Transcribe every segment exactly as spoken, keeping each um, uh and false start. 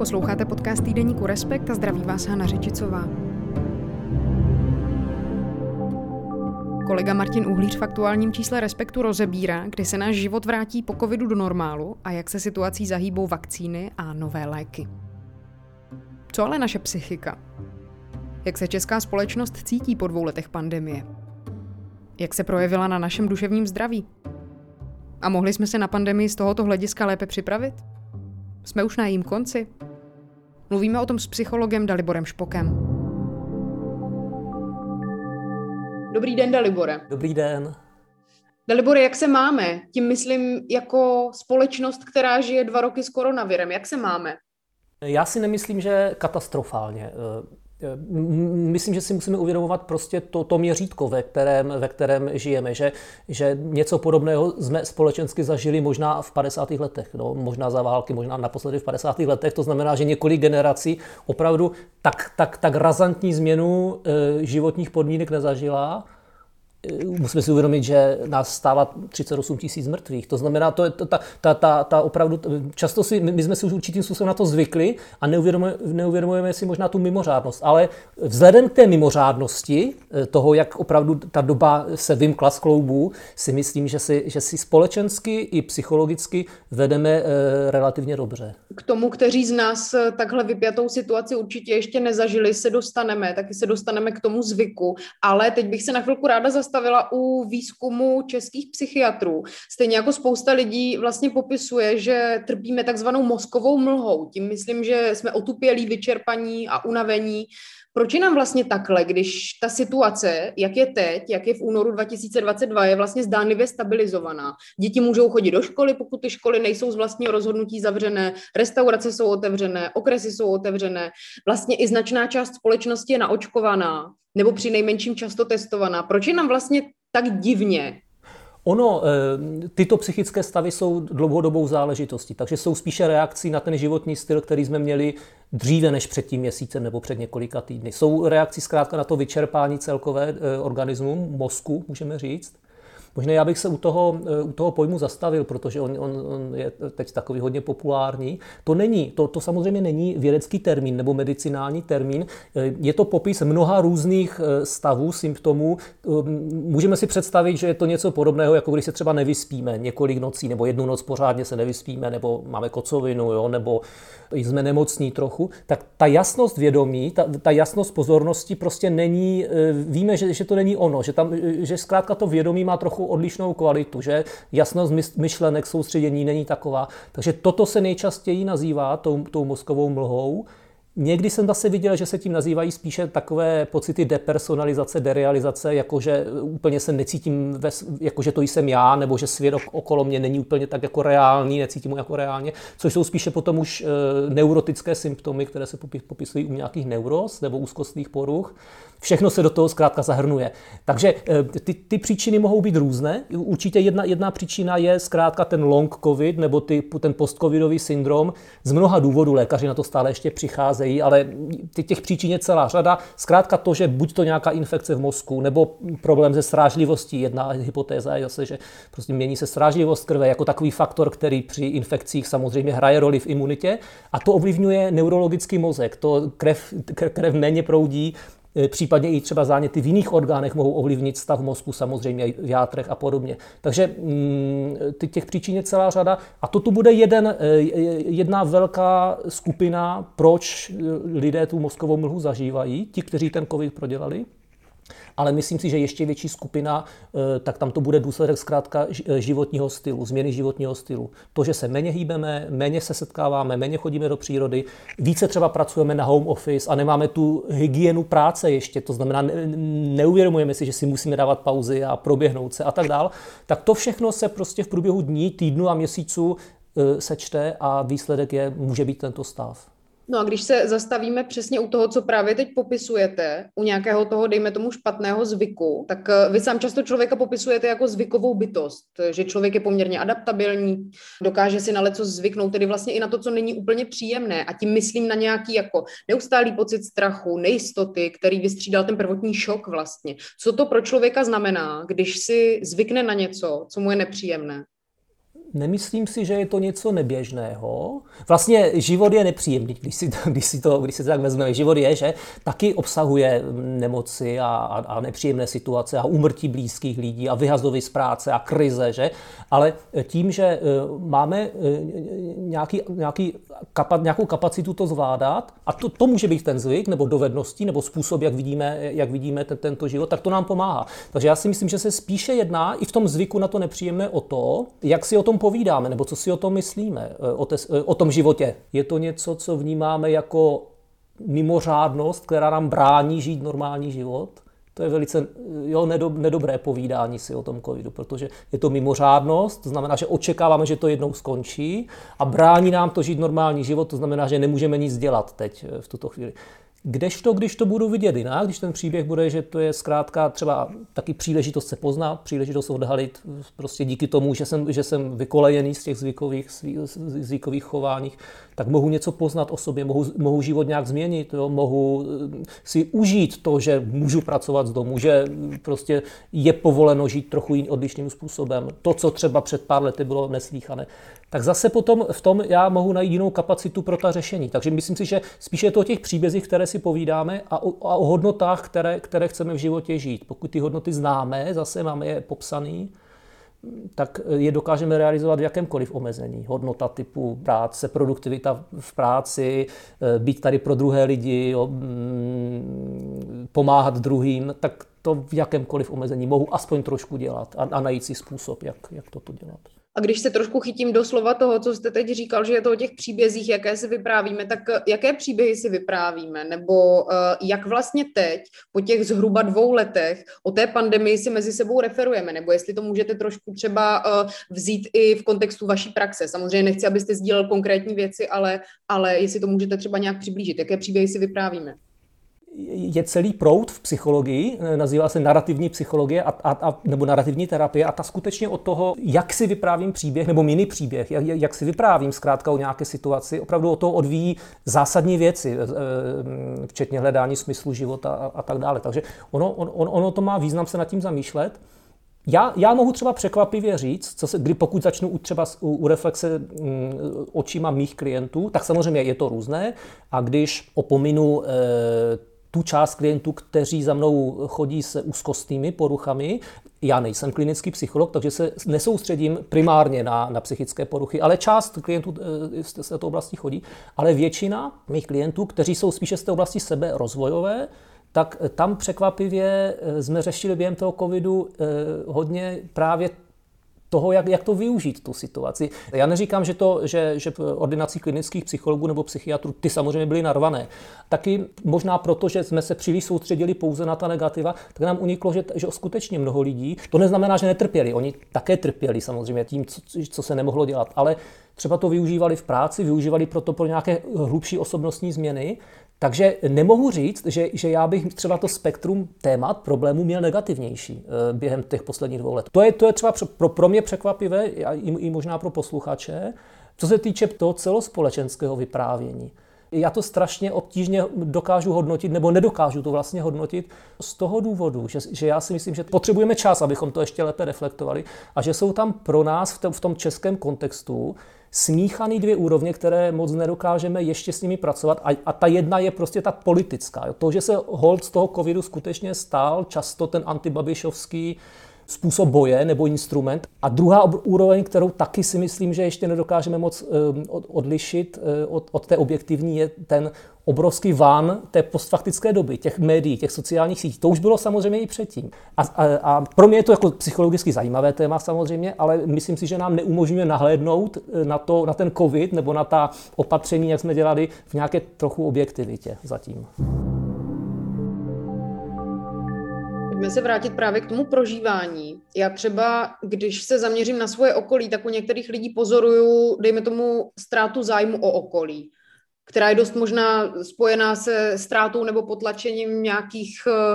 Posloucháte podcast týdeníku Respekt a zdraví vás Hana Řečicová. Kolega Martin Uhlíř v aktuálním čísle Respektu rozebírá, kdy se náš život vrátí po covidu do normálu a jak se situací zahýbou vakcíny a nové léky. Co ale naše psychika? Jak se česká společnost cítí po dvou letech pandemie? Jak se projevila na našem duševním zdraví? A mohli jsme se na pandemii z tohoto hlediska lépe připravit? Jsme už na jejím konci? Mluvíme o tom s psychologem Daliborem Špokem. Dobrý den, Dalibore. Dobrý den. Dalibore, jak se máme? Tím myslím jako společnost, která žije dva roky s koronavirem. Jak se máme? Já si nemyslím, že katastrofálně. Myslím, že si musíme uvědomovat prostě to, to měřítko, ve kterém, ve kterém žijeme, že, že něco podobného jsme společensky zažili možná v padesátých letech, no, možná za války, možná naposledy v padesátých letech, to znamená, že několik generací opravdu tak, tak, tak razantní změnu e, životních podmínek nezažila. Musíme si uvědomit, že nás stála třicet osm tisíc mrtvých. To znamená, to je ta, ta, ta, ta opravdu, často si, my jsme si už určitým způsobem na to zvykli a neuvědomujeme, neuvědomujeme si možná tu mimořádnost. Ale vzhledem k té mimořádnosti, toho, jak opravdu ta doba se vymkla z kloubů, si myslím, že si, že si společensky i psychologicky vedeme e, relativně dobře. K tomu, kteří z nás takhle vypjatou situaci určitě ještě nezažili, se dostaneme, taky se dostaneme k tomu zvyku. Ale teď bych se na chvilku ráda zastavila stavila u výzkumu českých psychiatrů. Stejně jako spousta lidí vlastně popisuje, že trpíme takzvanou mozkovou mlhou. Tím myslím, že jsme otupělí, vyčerpaní a unavení. Proč je nám vlastně takhle, když ta situace, jak je teď, jak je v únoru dva tisíce dvacet dva, je vlastně zdánlivě stabilizovaná? Děti můžou chodit do školy, pokud ty školy nejsou z vlastního rozhodnutí zavřené, restaurace jsou otevřené, okresy jsou otevřené, vlastně i značná část společnosti je naočkovaná, nebo při nejmenším často testovaná. Proč je nám vlastně tak divně? Ono, tyto psychické stavy jsou dlouhodobou záležitostí, takže jsou spíše reakcí na ten životní styl, který jsme měli dříve než před tím měsícem nebo před několika týdny. Jsou reakcí zkrátka na to vyčerpání celkové organismu, mozku, můžeme říct. Možná já bych se u toho, u toho pojmu zastavil, protože on, on, on je teď takový hodně populární. To není, to, to samozřejmě není vědecký termín nebo medicinální termín. Je to popis mnoha různých stavů, symptomů. Můžeme si představit, že je to něco podobného, jako když se třeba nevyspíme několik nocí, nebo jednu noc pořádně se nevyspíme, nebo máme kocovinu, jo, nebo jsme nemocní trochu. Tak ta jasnost vědomí, ta, ta jasnost pozornosti prostě není, víme, že, že to není ono, že, tam, že zkrátka to vědomí má trochu odlišnou kvalitu, že jasnost myšlenek, soustředění není taková. Takže toto se nejčastěji nazývá tou, tou mozkovou mlhou. Někdy jsem zase viděl, že se tím nazývají spíše takové pocity depersonalizace, derealizace, jakože úplně se necítím, ve, jakože to jsem já, nebo že svět okolo mě není úplně tak jako reálný, necítím ho jako reálně, což jsou spíše potom už e, neurotické symptomy, které se popisují u nějakých neuroz nebo úzkostných poruch. Všechno se do toho zkrátka zahrnuje. Takže ty, ty příčiny mohou být různé. Určitě jedna, jedna příčina je zkrátka ten long covid nebo ty, ten postcovidový syndrom. Z mnoha důvodů lékaři na to stále ještě přicházejí, ale těch příčin je celá řada. Zkrátka to, že buď to nějaká infekce v mozku, nebo problém se srážlivostí. Jedna hypotéza je zase, že prostě mění se srážlivost krve jako takový faktor, který při infekcích samozřejmě hraje roli v imunitě. A to ovlivňuje neurologický mozek. To krev, krev méně proudí, případně i třeba záněty v jiných orgánech mohou ovlivnit stav mozku, samozřejmě v játrech a podobně. Takže těch příčin je celá řada a to tu bude jeden, jedna velká skupina, proč lidé tu mozkovou mlhu zažívají, ti, kteří ten covid prodělali. Ale myslím si, že ještě větší skupina, tak tam to bude důsledek zkrátka životního stylu, změny životního stylu. To, že se méně hýbeme, méně se setkáváme, méně chodíme do přírody, více třeba pracujeme na home office a nemáme tu hygienu práce ještě, to znamená neuvědomujeme si, že si musíme dávat pauzy a proběhnout se a tak dál, tak to všechno se prostě v průběhu dní, týdnu a měsíců sečte a výsledek je, může být tento stav. No a když se zastavíme přesně u toho, co právě teď popisujete, u nějakého toho, dejme tomu, špatného zvyku, tak vy sám často člověka popisujete jako zvykovou bytost, že člověk je poměrně adaptabilní, dokáže si na leco zvyknout, tedy vlastně i na to, co není úplně příjemné. A tím myslím na nějaký jako neustálý pocit strachu, nejistoty, který vystřídal ten prvotní šok vlastně. Co to pro člověka znamená, když si zvykne na něco, co mu je nepříjemné? Nemyslím si, že je to něco neběžného. Vlastně život je nepříjemný, když si to, když si to, když si to tak vezmeme. Život je, že taky obsahuje nemoci a, a, a nepříjemné situace a úmrtí blízkých lidí a vyhazovy z práce a krize, že? Ale tím, že máme nějaký, nějaký kapa, nějakou kapacitu to zvládat, a to, to může být ten zvyk, nebo dovednosti, nebo způsob, jak vidíme, jak vidíme ten, tento život, tak to nám pomáhá. Takže já si myslím, že se spíše jedná i v tom zvyku na to nepříjemné o to, jak si o tom povídáme, nebo co si o tom myslíme, o, te, o tom životě. Je to něco, co vnímáme jako mimořádnost, která nám brání žít normální život? To je velice jo, nedob, nedobré povídání si o tom covidu, protože je to mimořádnost, to znamená, že očekáváme, že to jednou skončí a brání nám to žít normální život, to znamená, že nemůžeme nic dělat teď v tuto chvíli. Kdežto, když to budu vidět jinak, když ten příběh bude, že to je zkrátka třeba taky příležitost se poznat, příležitost odhalit prostě díky tomu, že jsem, že jsem vykolejený z těch zvykových, zvykových chováních, tak mohu něco poznat o sobě, mohu, mohu život nějak změnit, jo? Mohu si užít to, že můžu pracovat z domu, že prostě je povoleno žít trochu odlišným způsobem. To, co třeba před pár lety bylo neslýchané. Tak zase potom v tom já mohu najít jinou kapacitu pro ta řešení. Takže myslím si, že spíše je to o těch příbězích, které si povídáme a o, a o hodnotách, které, které chceme v životě žít. Pokud ty hodnoty známe, zase máme je popsaný, tak je dokážeme realizovat v jakémkoliv omezení. Hodnota typu práce, produktivita v práci, být tady pro druhé lidi, jo, pomáhat druhým, tak to v jakémkoliv omezení mohu aspoň trošku dělat a, a najít si způsob, jak, jak toto dělat. A když se trošku chytím do slova toho, co jste teď říkal, že je to o těch příbězích, jaké si vyprávíme, tak jaké příběhy si vyprávíme? Nebo uh, jak vlastně teď, po těch zhruba dvou letech, o té pandemii si mezi sebou referujeme? Nebo jestli to můžete trošku třeba uh, vzít i v kontextu vaší praxe? Samozřejmě nechci, abyste sdílel konkrétní věci, ale, ale jestli to můžete třeba nějak přiblížit. Jaké příběhy si vyprávíme? Je celý proud v psychologii, nazývá se narrativní psychologie a, a, a, nebo narrativní terapie a ta skutečně od toho, jak si vyprávím příběh nebo mini příběh, jak, jak si vyprávím zkrátka o nějaké situaci, opravdu od toho odvíjí zásadní věci, včetně hledání smyslu života a, a tak dále. Takže ono, on, ono to má význam se nad tím zamýšlet. Já, já mohu třeba překvapivě říct, co se, kdy pokud začnu třeba u, u reflexe m, očima mých klientů, tak samozřejmě je to různé a když opominu e, tu část klientů, kteří za mnou chodí s úzkostnými poruchami. Já nejsem klinický psycholog, takže se nesoustředím primárně na, na psychické poruchy, ale část klientů z této oblasti chodí. Ale většina mých klientů, kteří jsou spíše z té oblasti seberozvojové, tak tam překvapivě jsme řešili během toho covidu hodně právě toho, jak, jak to využít, tu situaci. Já neříkám, že, to, že, že ordinací klinických psychologů nebo psychiatrů, ty samozřejmě byly narvané. Taky možná proto, že jsme se příliš soustředili pouze na ta negativa, tak nám uniklo, že, že skutečně mnoho lidí, to neznamená, že netrpěli, oni také trpěli samozřejmě tím, co, co se nemohlo dělat, ale třeba to využívali v práci, využívali proto pro nějaké hlubší osobnostní změny. Takže nemohu říct, že, že já bych třeba to spektrum témat, problémů měl negativnější e, během těch posledních dvou let. To je, to je třeba pro, pro mě překvapivé, a i, i možná pro posluchače, co se týče toho celospolečenského vyprávění. Já to strašně obtížně dokážu hodnotit, nebo nedokážu to vlastně hodnotit z toho důvodu, že, že já si myslím, že potřebujeme čas, abychom to ještě lépe reflektovali a že jsou tam pro nás v tom, v tom českém kontextu smíchaný dvě úrovně, které moc nedokážeme ještě s nimi pracovat a, a ta jedna je prostě ta politická. Jo. To, že se holt z toho covidu skutečně stál často ten antibabišovský způsob boje nebo instrument. A druhá úroveň, kterou taky si myslím, že ještě nedokážeme moc odlišit od, od té objektivní, je ten obrovský ván té postfaktické doby, těch médií, těch sociálních sítí. To už bylo samozřejmě i předtím. A, a, a pro mě je to jako psychologicky zajímavé téma samozřejmě, ale myslím si, že nám neumožňuje nahlédnout na, to, na ten covid nebo na ta opatření, jak jsme dělali, v nějaké trochu objektivitě zatím. Pojďme se vrátit právě k tomu prožívání. Já třeba, když se zaměřím na svoje okolí, tak u některých lidí pozoruju, dejme tomu, ztrátu zájmu o okolí, která je dost možná spojená se ztrátou nebo potlačením nějakých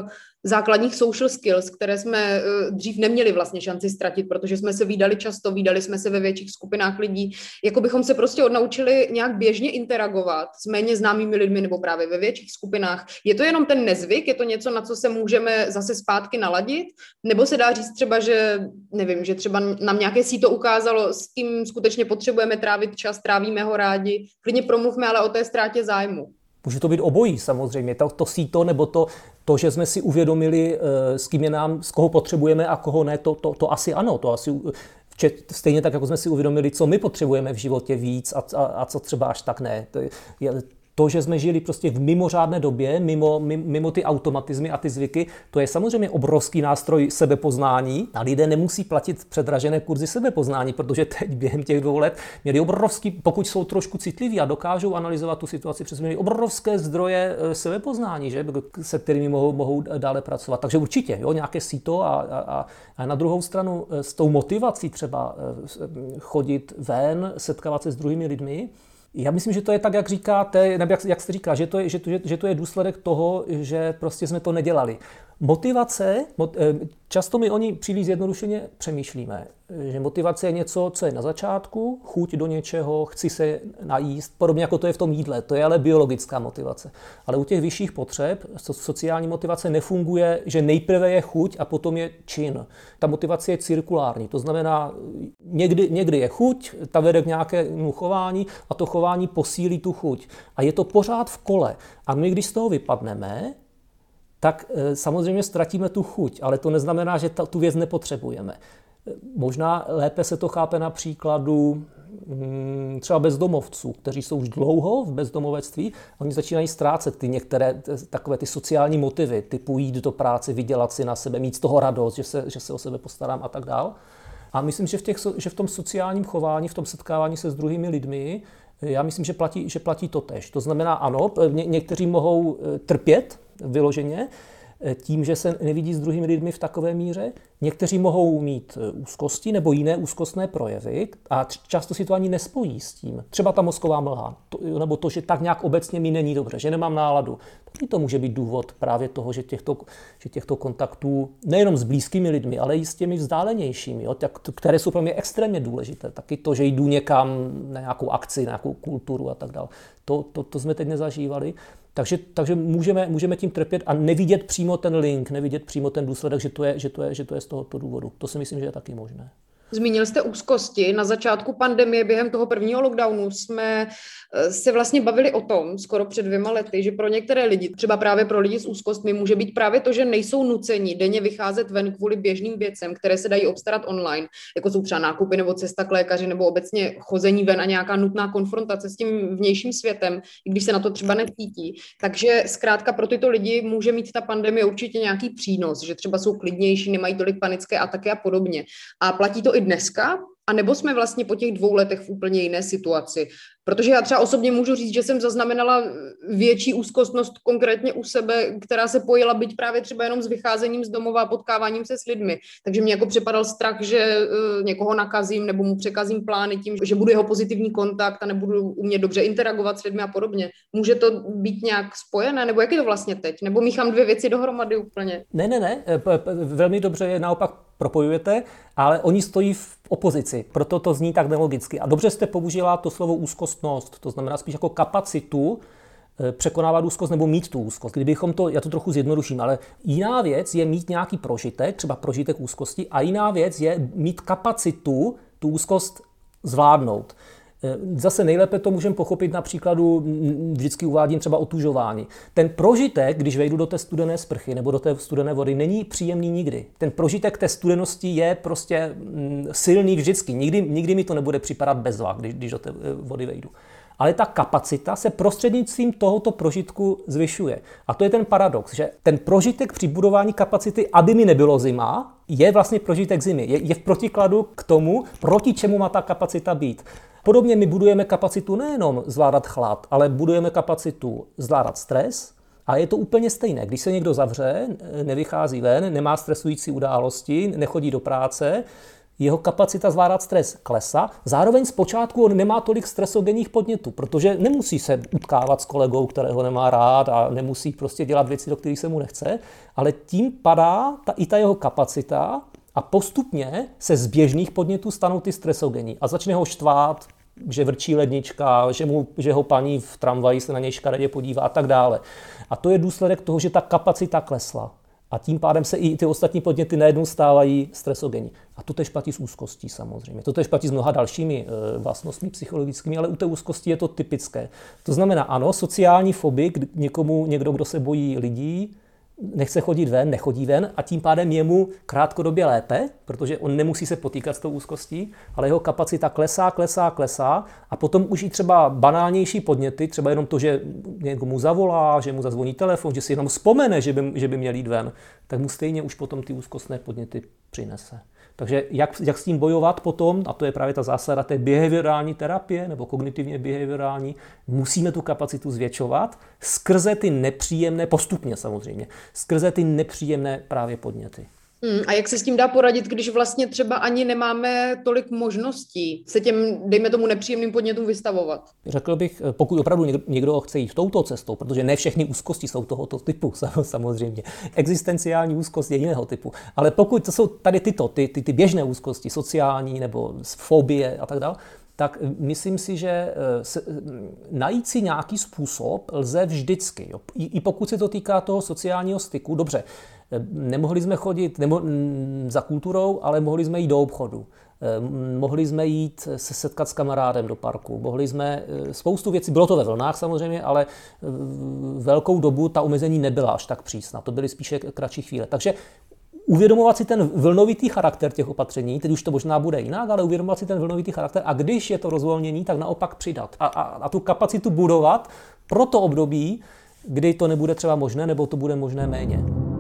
základních social skills, které jsme dřív neměli vlastně šanci ztratit, protože jsme se vídali často, vídali jsme se ve větších skupinách lidí, jako bychom se prostě odnaučili nějak běžně interagovat s méně známými lidmi nebo právě ve větších skupinách. Je to jenom ten nezvyk, je to něco, na co se můžeme zase zpátky naladit, nebo se dá říct třeba, že nevím, že třeba nám nějaké síto ukázalo, s kým skutečně potřebujeme trávit čas, trávíme ho rádi. Klidně promluvme ale o té ztrátě zájmu. Může to být obojí samozřejmě, to, to síto nebo to, to, že jsme si uvědomili, s kým je nám, z koho potřebujeme a koho ne, to, to, to asi ano, to asi stejně tak, jako jsme si uvědomili, co my potřebujeme v životě víc a, a, a co třeba až tak ne. To je, To, že jsme žili prostě v mimořádné době, mimo, mimo ty automatizmy a ty zvyky, to je samozřejmě obrovský nástroj sebepoznání a lidé nemusí platit předražené kurzy sebepoznání, protože teď během těch dvou let měli obrovský, pokud jsou trošku citliví a dokážou analyzovat tu situaci, přes měli obrovské zdroje sebepoznání, že, se kterými mohou, mohou dále pracovat. Takže určitě, jo, nějaké síto a, a, a na druhou stranu s tou motivací třeba chodit ven, setkávat se s druhými lidmi. Já myslím, že to je tak, jak říkáte, nebo jak, jak jste říkal, že to, je, že, to, že to je důsledek toho, že prostě jsme to nedělali. Motivace, často my o ní příliš zjednodušeně přemýšlíme, že motivace je něco, co je na začátku, chuť do něčeho, chci se najíst, podobně jako to je v tom jídle, to je ale biologická motivace. Ale u těch vyšších potřeb sociální motivace nefunguje, že nejprve je chuť a potom je čin. Ta motivace je cirkulární, to znamená, někdy, někdy je chuť, ta vede k nějakému chování a to chování posílí tu chuť. A je to pořád v kole. A my, když z toho vypadneme, tak samozřejmě ztratíme tu chuť, ale to neznamená, že ta, tu věc nepotřebujeme. Možná lépe se to chápe na příkladu třeba bezdomovců, kteří jsou už dlouho v bezdomovectví, oni začínají ztrácet ty některé takové ty sociální motivy, typu jít do práce, vydělat si na sebe, mít z toho radost, že se, že se o sebe postarám a tak dál. A myslím, že v, těch, že v tom sociálním chování, v tom setkávání se s druhými lidmi, já myslím, že platí, že platí to též. To znamená, ano, ně, někteří mohou trpět vyloženě tím, že se nevidí s druhými lidmi v takové míře. Někteří mohou mít úzkosti nebo jiné úzkostné projevy a často si to ani nespojí s tím. Třeba ta mozková mlha, to, nebo to, že tak nějak obecně mi není dobře, že nemám náladu. Taky to může být důvod právě toho, že těchto, že těchto kontaktů nejenom s blízkými lidmi, ale i s těmi vzdálenějšími, jo, které jsou pro mě extrémně důležité. Taky to, že jdu někam na nějakou akci, na nějakou kulturu a tak dále. To, to, to jsme teď nezažívali. Takže, takže můžeme, můžeme tím trpět a nevidět přímo ten link, nevidět přímo ten důsledek, že to je, že to je, že to je z tohoto důvodu. To si myslím, že je taky možné. Zmínil jste úzkosti. Na začátku pandemie během toho prvního lockdownu jsme se vlastně bavili o tom, skoro před dvěma lety, že pro některé lidi, třeba právě pro lidi s úzkostmi, může být právě to, že nejsou nuceni denně vycházet ven kvůli běžným věcem, které se dají obstarat online, jako jsou třeba nákupy nebo cesta k lékaři nebo obecně chození ven a nějaká nutná konfrontace s tím vnějším světem, i když se na to třeba necítí. Takže zkrátka pro tyto lidi může mít ta pandemie určitě nějaký přínos, že třeba jsou klidnější, nemají tolik panické ataky a podobně. A platí to i dneska, a nebo jsme vlastně po těch dvou letech v úplně jiné situaci? Protože já třeba osobně můžu říct, že jsem zaznamenala větší úzkostnost konkrétně u sebe, která se pojila být právě třeba jenom s vycházením z domova a potkáváním se s lidmi. Takže mě jako připadal strach, že někoho nakazím nebo mu překazím plány tím, že budu jeho pozitivní kontakt a nebudu umět dobře interagovat s lidmi a podobně. Může to být nějak spojené? Nebo jak je to vlastně teď? Nebo míchám dvě věci dohromady úplně? Ne, ne, ne. Velmi dobře je naopak propojujete, ale oni stojí v opozici, proto to zní tak nelogicky. A dobře jste použila to slovo úzkostnost, to znamená spíš jako kapacitu překonávat úzkost nebo mít tu úzkost. Kdybychom to, já to trochu zjednoduším, ale jiná věc je mít nějaký prožitek, třeba prožitek úzkosti, a jiná věc je mít kapacitu tu úzkost zvládnout. Zase nejlépe to můžeme pochopit na příkladu, vždycky uvádím třeba otužování. Ten prožitek, když vejdu do té studené sprchy nebo do té studené vody, není příjemný nikdy. Ten prožitek té studenosti je prostě silný vždycky. Nikdy, nikdy mi to nebude připadat bezva, když, když do té vody vejdu. Ale ta kapacita se prostřednictvím tohoto prožitku zvyšuje. A to je ten paradox, že ten prožitek při budování kapacity, aby mi nebylo zima, je vlastně prožitek zimy. Je, je v protikladu k tomu, proti čemu má ta kapacita být. Podobně my budujeme kapacitu nejenom zvládat chlad, ale budujeme kapacitu zvládat stres. A je to úplně stejné. Když se někdo zavře, nevychází ven, nemá stresující události, nechodí do práce, jeho kapacita zvládat stres klesá. Zároveň zpočátku on nemá tolik stresogenních podnětů, protože nemusí se utkávat s kolegou, kterého nemá rád a nemusí prostě dělat věci, do kterých se mu nechce, ale tím padá ta, i ta jeho kapacita a postupně se z běžných podnětů stanou ty stresogenní a začne ho štvát, že vrčí lednička, že, mu, že ho paní v tramvaji se na něj škaredě podívá a tak dále. A to je důsledek toho, že ta kapacita klesla. A tím pádem se i ty ostatní podněty najednou stávají stresogenní. A to tež platí s úzkostí samozřejmě. To tež platí s mnoha dalšími e, vlastnostmi psychologickými, ale u té úzkosti je to typické. To znamená, ano, sociální fobik, někomu, někdo, kdo se bojí lidí, nechce chodit ven, nechodí ven a tím pádem je mu krátkodobě lépe, protože on nemusí se potýkat s tou úzkostí, ale jeho kapacita klesá, klesá, klesá a potom už i třeba banálnější podněty, třeba jenom to, že někdo mu zavolá, že mu zazvoní telefon, že si jenom vzpomene, že by, že by měl jít ven, tak mu stejně už potom ty úzkostné podněty přinese. Takže jak, jak s tím bojovat potom, a to je právě ta zásada té behaviorální terapie nebo kognitivně behaviorální, musíme tu kapacitu zvětšovat skrze ty nepříjemné, postupně samozřejmě, skrze ty nepříjemné právě podněty. Hmm, a jak se s tím dá poradit, když vlastně třeba ani nemáme tolik možností se těm, dejme tomu, nepříjemným podnětům vystavovat? Řekl bych, pokud opravdu někdo, někdo chce jít touto cestou, protože ne všechny úzkosti jsou tohoto typu, samozřejmě. Existenciální úzkost je jiného typu. Ale pokud to jsou tady tyto, ty, ty, ty běžné úzkosti, sociální nebo fobie a tak dále, tak myslím si, že se, najít si nějaký způsob lze vždycky. Jo. I, I pokud se to týká toho sociálního styku, dobře, nemohli jsme chodit nemo, za kulturou, ale mohli jsme jít do obchodu. Mohli jsme jít se setkat s kamarádem do parku. Mohli jsme spoustu věcí, bylo to ve vlnách samozřejmě, ale velkou dobu ta omezení nebyla až tak přísná. To byly spíše kratší chvíle. Takže uvědomovat si ten vlnovitý charakter těch opatření, teď už to možná bude jinak, ale uvědomovat si ten vlnovitý charakter a když je to rozvolnění, tak naopak přidat. A, a, a tu kapacitu budovat pro to období, kdy to nebude třeba možné, nebo to bude možné méně.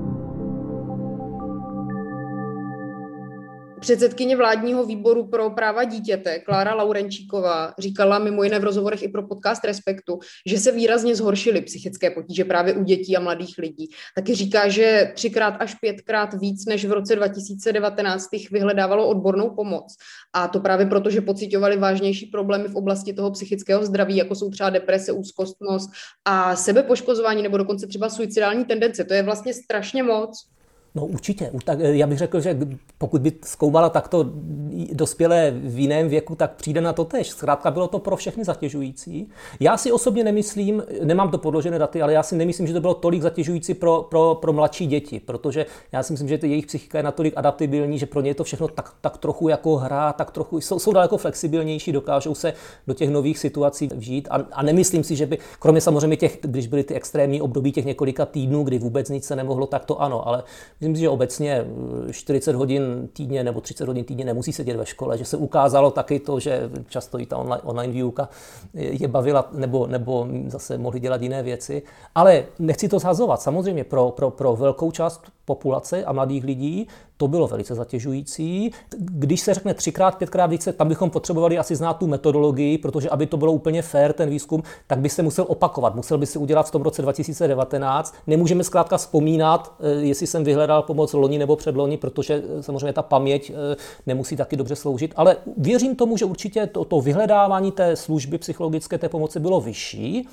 Předsedkyně vládního výboru pro práva dítěte Klára Laurenčíková říkala mimo jiné v rozhovorech i pro podcast Respektu, že se výrazně zhoršily psychické potíže právě u dětí a mladých lidí. Taky říká, že třikrát až pětkrát víc než v roce dva tisíce devatenáct jich vyhledávalo odbornou pomoc. A to právě proto, že pociťovali vážnější problémy v oblasti toho psychického zdraví, jako jsou třeba deprese, úzkostnost a sebepoškozování nebo dokonce třeba suicidální tendence. To je vlastně strašně moc. No určitě. Tak já bych řekl, že pokud by zkoumala takto dospělé v jiném věku, tak přijde na to též. Zkrátka bylo to pro všechny zatěžující. Já si osobně nemyslím, nemám to podložené daty, ale já si nemyslím, že to bylo tolik zatěžující pro, pro, pro mladší děti, protože já si myslím, že to jejich psychika je natolik adaptibilní, že pro ně je to všechno tak, tak trochu jako hra, tak trochu jsou, jsou daleko flexibilnější, dokážou se do těch nových situací vžít a, a nemyslím si, že by, kromě samozřejmě těch, když byly ty extrémní období těch několika týdnů, kdy vůbec nic se nemohlo, tak to ano, ale myslím si, že obecně čtyřicet hodin týdně nebo třicet hodin týdně nemusí sedět ve škole, že se ukázalo taky to, že často i ta online, online výuka je bavila nebo, nebo zase mohli dělat jiné věci. Ale nechci to zhazovat. Samozřejmě pro, pro, pro velkou část populace a mladých lidí to bylo velice zatěžující. Když se řekne třikrát, pětkrát více, tam bychom potřebovali asi znát tu metodologii, protože aby to bylo úplně fair, ten výzkum, tak by se musel opakovat. Musel by se udělat v tom roce dva tisíce devatenáct. Nemůžeme zkrátka vzpomínat, jestli jsem vyhledal pomoc loni nebo předloni, protože samozřejmě ta paměť nemusí taky dobře sloužit. Ale věřím tomu, že určitě to, to vyhledávání té služby psychologické té pomoci bylo vyšší.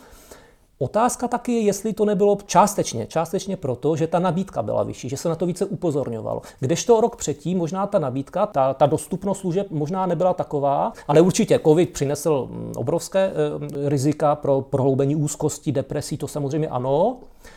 Otázka taky je, jestli to nebylo částečně, částečně proto, že ta nabídka byla vyšší, že se na to více upozorňovalo. Kdežto rok předtím možná ta nabídka, ta, ta dostupnost služeb možná nebyla taková, ale určitě covid přinesl obrovské e, rizika pro prohloubení úzkosti, depresí, to samozřejmě ano.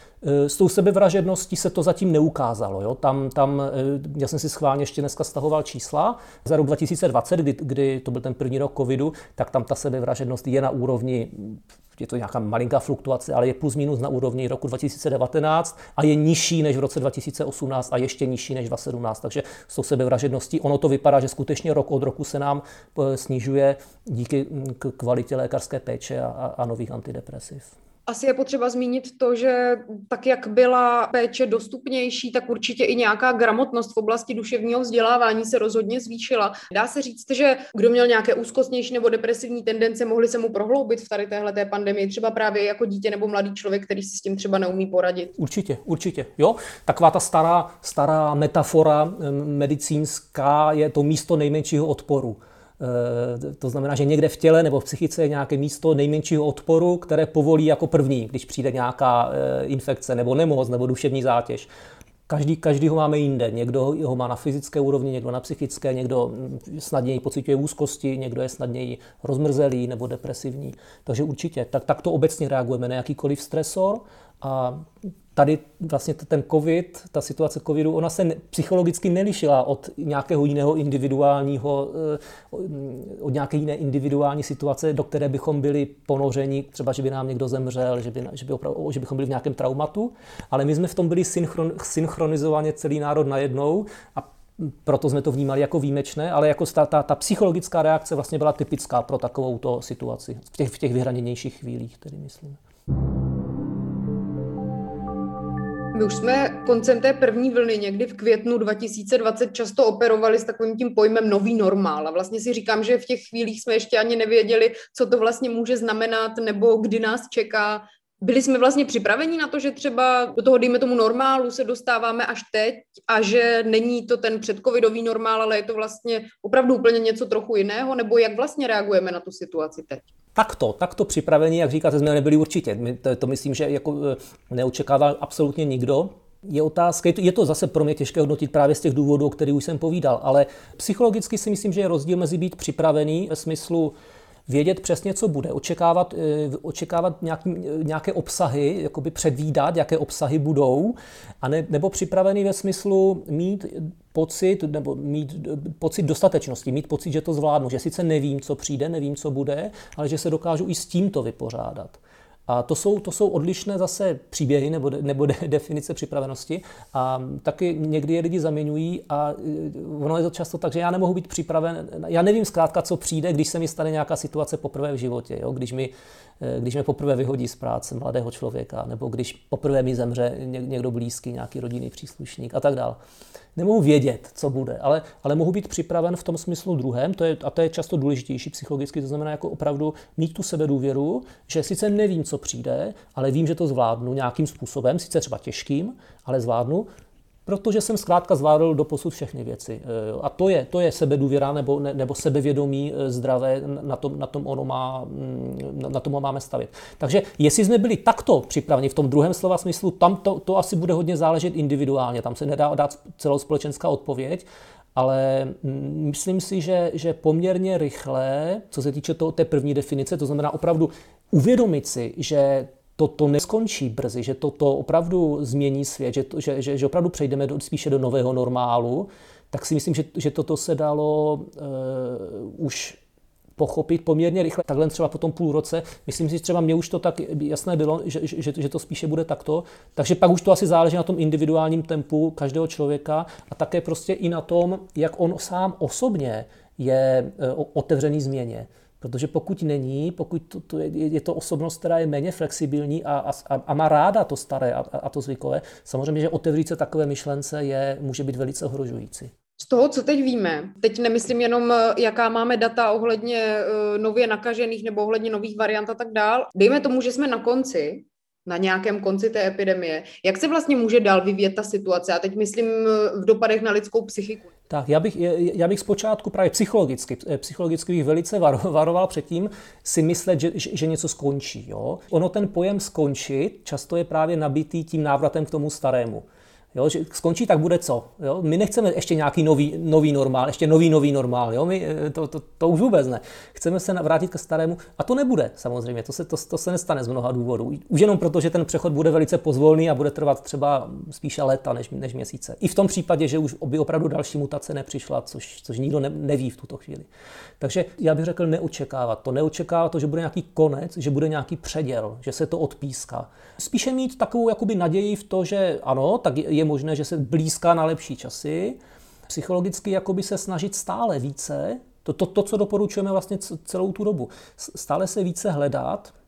S tou sebevražedností se to zatím neukázalo. Jo? Tam, tam, já jsem si schválně ještě dneska stahoval čísla za rok dva tisíce dvacet, kdy, kdy to byl ten první rok covidu, tak tam ta sebevražednost je na úrovni, je to nějaká malinká fluktuace, ale je plus minus na úrovni roku dva tisíce devatenáct a je nižší než v roce dva tisíce osmnáct a ještě nižší než dva tisíce sedmnáct. Takže s tou sebevražedností ono to vypadá, že skutečně rok od roku se nám snižuje díky kvalitě lékařské péče a, a nových antidepresiv. Asi je potřeba zmínit to, že tak, jak byla péče dostupnější, tak určitě i nějaká gramotnost v oblasti duševního vzdělávání se rozhodně zvýšila. Dá se říct, že kdo měl nějaké úzkostnější nebo depresivní tendence, mohli se mu prohloubit v tady téhleté pandemii, třeba právě jako dítě nebo mladý člověk, který si s tím třeba neumí poradit. Určitě, určitě. Jo, taková ta stará, stará metafora medicínská je to místo nejmenšího odporu. To znamená, že někde v těle nebo v psychice je nějaké místo nejmenšího odporu, které povolí jako první, když přijde nějaká infekce nebo nemoc nebo duševní zátěž. Každý, každý ho máme jinde. Někdo ho má na fyzické úrovni, někdo na psychické, někdo snadněji pociťuje úzkosti, někdo je snadněji rozmrzelý nebo depresivní. Takže určitě, tak, tak to obecně reagujeme na jakýkoliv stresor. A tady vlastně ten covid, ta situace covidu, ona se psychologicky nelišila od nějakého jiného individuálního, od nějaké jiné individuální situace, do které bychom byli ponořeni, třeba, že by nám někdo zemřel, že, by, že, by opravdu, že bychom byli v nějakém traumatu, ale my jsme v tom byli synchron, synchronizovaně celý národ najednou a proto jsme to vnímali jako výjimečné, ale jako ta, ta, ta psychologická reakce vlastně byla typická pro takovouto situaci, v těch, v těch vyhraněnějších chvílích, tedy myslím. My už jsme koncem té první vlny, někdy v květnu dva tisíce dvacet, často operovali s takovým tím pojmem nový normál. A vlastně si říkám, že v těch chvílích jsme ještě ani nevěděli, co to vlastně může znamenat, nebo kdy nás čeká. Byli jsme vlastně připraveni na to, že třeba do toho, dejme tomu normálu, se dostáváme až teď a že není to ten předcovidový normál, ale je to vlastně opravdu úplně něco trochu jiného, nebo jak vlastně reagujeme na tu situaci teď? Takto, takto připraveni, jak říkáte, jsme nebyli určitě. My to, to myslím, že jako neočekával absolutně nikdo. Je otázka, je to, je to zase pro mě těžké hodnotit právě z těch důvodů, o kterých už jsem povídal, ale psychologicky si myslím, že je rozdíl mezi být připravený ve smyslu vědět přesně, co bude, očekávat, očekávat nějaký, nějaké obsahy, jakoby předvídat, jaké obsahy budou, a ne, nebo připravený ve smyslu mít pocit, nebo mít pocit dostatečnosti, mít pocit, že to zvládnu, že sice nevím, co přijde, nevím, co bude, ale že se dokážu i s tímto vypořádat. A to jsou, to jsou odlišné zase příběhy nebo, de, nebo de, definice připravenosti a taky někdy je lidi zaměňují a ono je to často tak, že já nemohu být připraven, já nevím zkrátka, co přijde, když se mi stane nějaká situace poprvé v životě, jo? Když, mi, když mě poprvé vyhodí z práce mladého člověka nebo když poprvé mi zemře někdo blízký, nějaký rodinný příslušník a tak dále. Nemohu vědět, co bude, ale, ale mohu být připraven v tom smyslu druhém, to je, a to je často důležitější psychologicky, to znamená jako opravdu mít tu sebedůvěru, že sice nevím, co přijde, ale vím, že to zvládnu nějakým způsobem, sice třeba těžkým, ale zvládnu, protože jsem zkrátka zvládl doposud všechny věci. A to je, to je sebedůvěra nebo, ne, nebo sebevědomí zdravé, na tom, na tom ono má, na tom máme stavět. Takže jestli jsme byli takto připraveni v tom druhém slova smyslu, tam to, to asi bude hodně záležet individuálně, tam se nedá dát celospolečenská odpověď, ale myslím si, že, že poměrně rychle, co se týče toho, té první definice, to znamená opravdu uvědomit si, že to, to neskončí brzy, že to, to opravdu změní svět, že, to, že, že, že opravdu přejdeme do, spíše do nového normálu, tak si myslím, že, že toto se dalo uh, už pochopit poměrně rychle. Takhle třeba po tom půl roce, myslím si, že třeba mně už to tak jasné bylo, že, že, že to spíše bude takto. Takže pak už to asi záleží na tom individuálním tempu každého člověka a také prostě i na tom, jak on sám osobně je uh, otevřený změně. Protože pokud není, pokud to, to je, je to osobnost, která je méně flexibilní a, a, a má ráda to staré a, a to zvykové, samozřejmě, že otevřít se takové myšlence je, může být velice ohrožující. Z toho, co teď víme, teď nemyslím jenom, jaká máme data ohledně uh, nově nakažených nebo ohledně nových variant a tak dál. Dejme tomu, že jsme na konci, na nějakém konci té epidemie. Jak se vlastně může dál vyvíjet ta situace? A teď myslím v dopadech na lidskou psychiku. Tak, já bych, já bych zpočátku právě psychologicky, psychologicky bych velice varoval před tím si myslet, že, že něco skončí. Jo? Ono ten pojem skončit často je právě nabitý tím návratem k tomu starému. Jo, že skončí, tak bude co? Jo? My nechceme ještě nějaký nový, nový normál, ještě nový, nový normál. Jo? My, to, to, to už vůbec ne. Chceme se vrátit ke starému a to nebude samozřejmě. To se, to, to se nestane z mnoha důvodů. Už jenom proto, že ten přechod bude velice pozvolný a bude trvat třeba spíše léta než, než měsíce. I v tom případě, že už by opravdu další mutace nepřišla, což, což nikdo ne, neví v tuto chvíli. Takže já bych řekl neočekávat to. Neočekávat to, že bude nějaký konec, že bude nějaký předěl, že se to odpíská. Spíše mít takovou jakoby naději v to, že ano, tak je, je možné, že se blízká na lepší časy. Psychologicky jakoby se snažit stále více, to, to, to, co doporučujeme vlastně celou tu dobu, stále se více hledat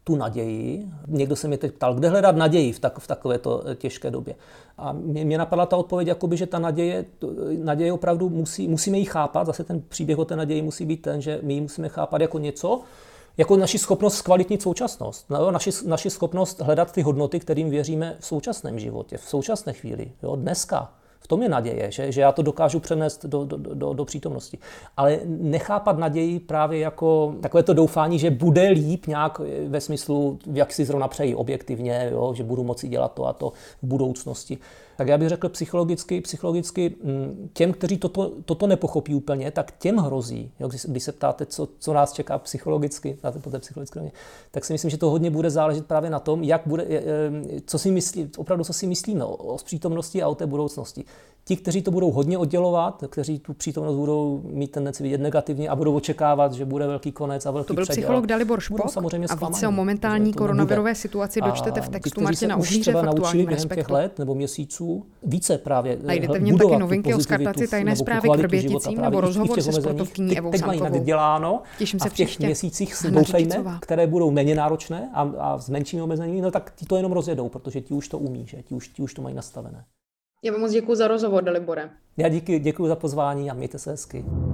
tu naději. Někdo se mě teď ptal, kde hledat naději v, tak, v takovéto těžké době. A mě, mě napadla ta odpověď, jakoby, že ta naděje, naděje opravdu musí, musíme ji chápat. Zase ten příběh o té naději musí být ten, že my ji musíme chápat jako něco, jako naši schopnost zkvalitnit současnost. No, naši, naši schopnost hledat ty hodnoty, kterým věříme v současném životě, v současné chvíli, jo, dneska. V tom je naděje, že, že já to dokážu přenést do, do, do, do přítomnosti. Ale nechápat naději právě jako takové to doufání, že bude líp nějak ve smyslu, jak si zrovna přeji objektivně, jo, že budu moci dělat to a to v budoucnosti. Tak já bych řekl psychologicky, psychologicky těm, kteří toto, toto nepochopí úplně, tak těm hrozí. Jo, když, když se ptáte, co, co nás čeká psychologicky, po té psychologické, tak si myslím, že to hodně bude záležet právě na tom, jak bude, co si myslí, opravdu co si myslíme o, o přítomnosti a o té budoucnosti. Ti, kteří to budou hodně oddělovat, kteří tu přítomnost budou mít tendenci vidět negativně a budou očekávat, že bude velký konec a velký předěl. To byl předěl, psycholog Dalibor Špok a více o momentální koronavirové situaci dočtete v textu Martina Uhlíře v Aktuálním Respektu. Let nebo měsíců více právě najdete v něm taky novinky o skartaci tajné zprávy k Vrběticím nebo rozhovor se sportovkyní Evou Sankovou. Teď mají naděláno a v těch měsících si doufejme, které budou méně náročné a, a s menšími omezeními, no tak ti to jenom rozjedou, protože ti už to umí, že? Ti už, ti už to mají nastavené. Já vám moc děkuji za rozhovor, Dalibore. Já díky, děkuji za pozvání a mějte se hezky.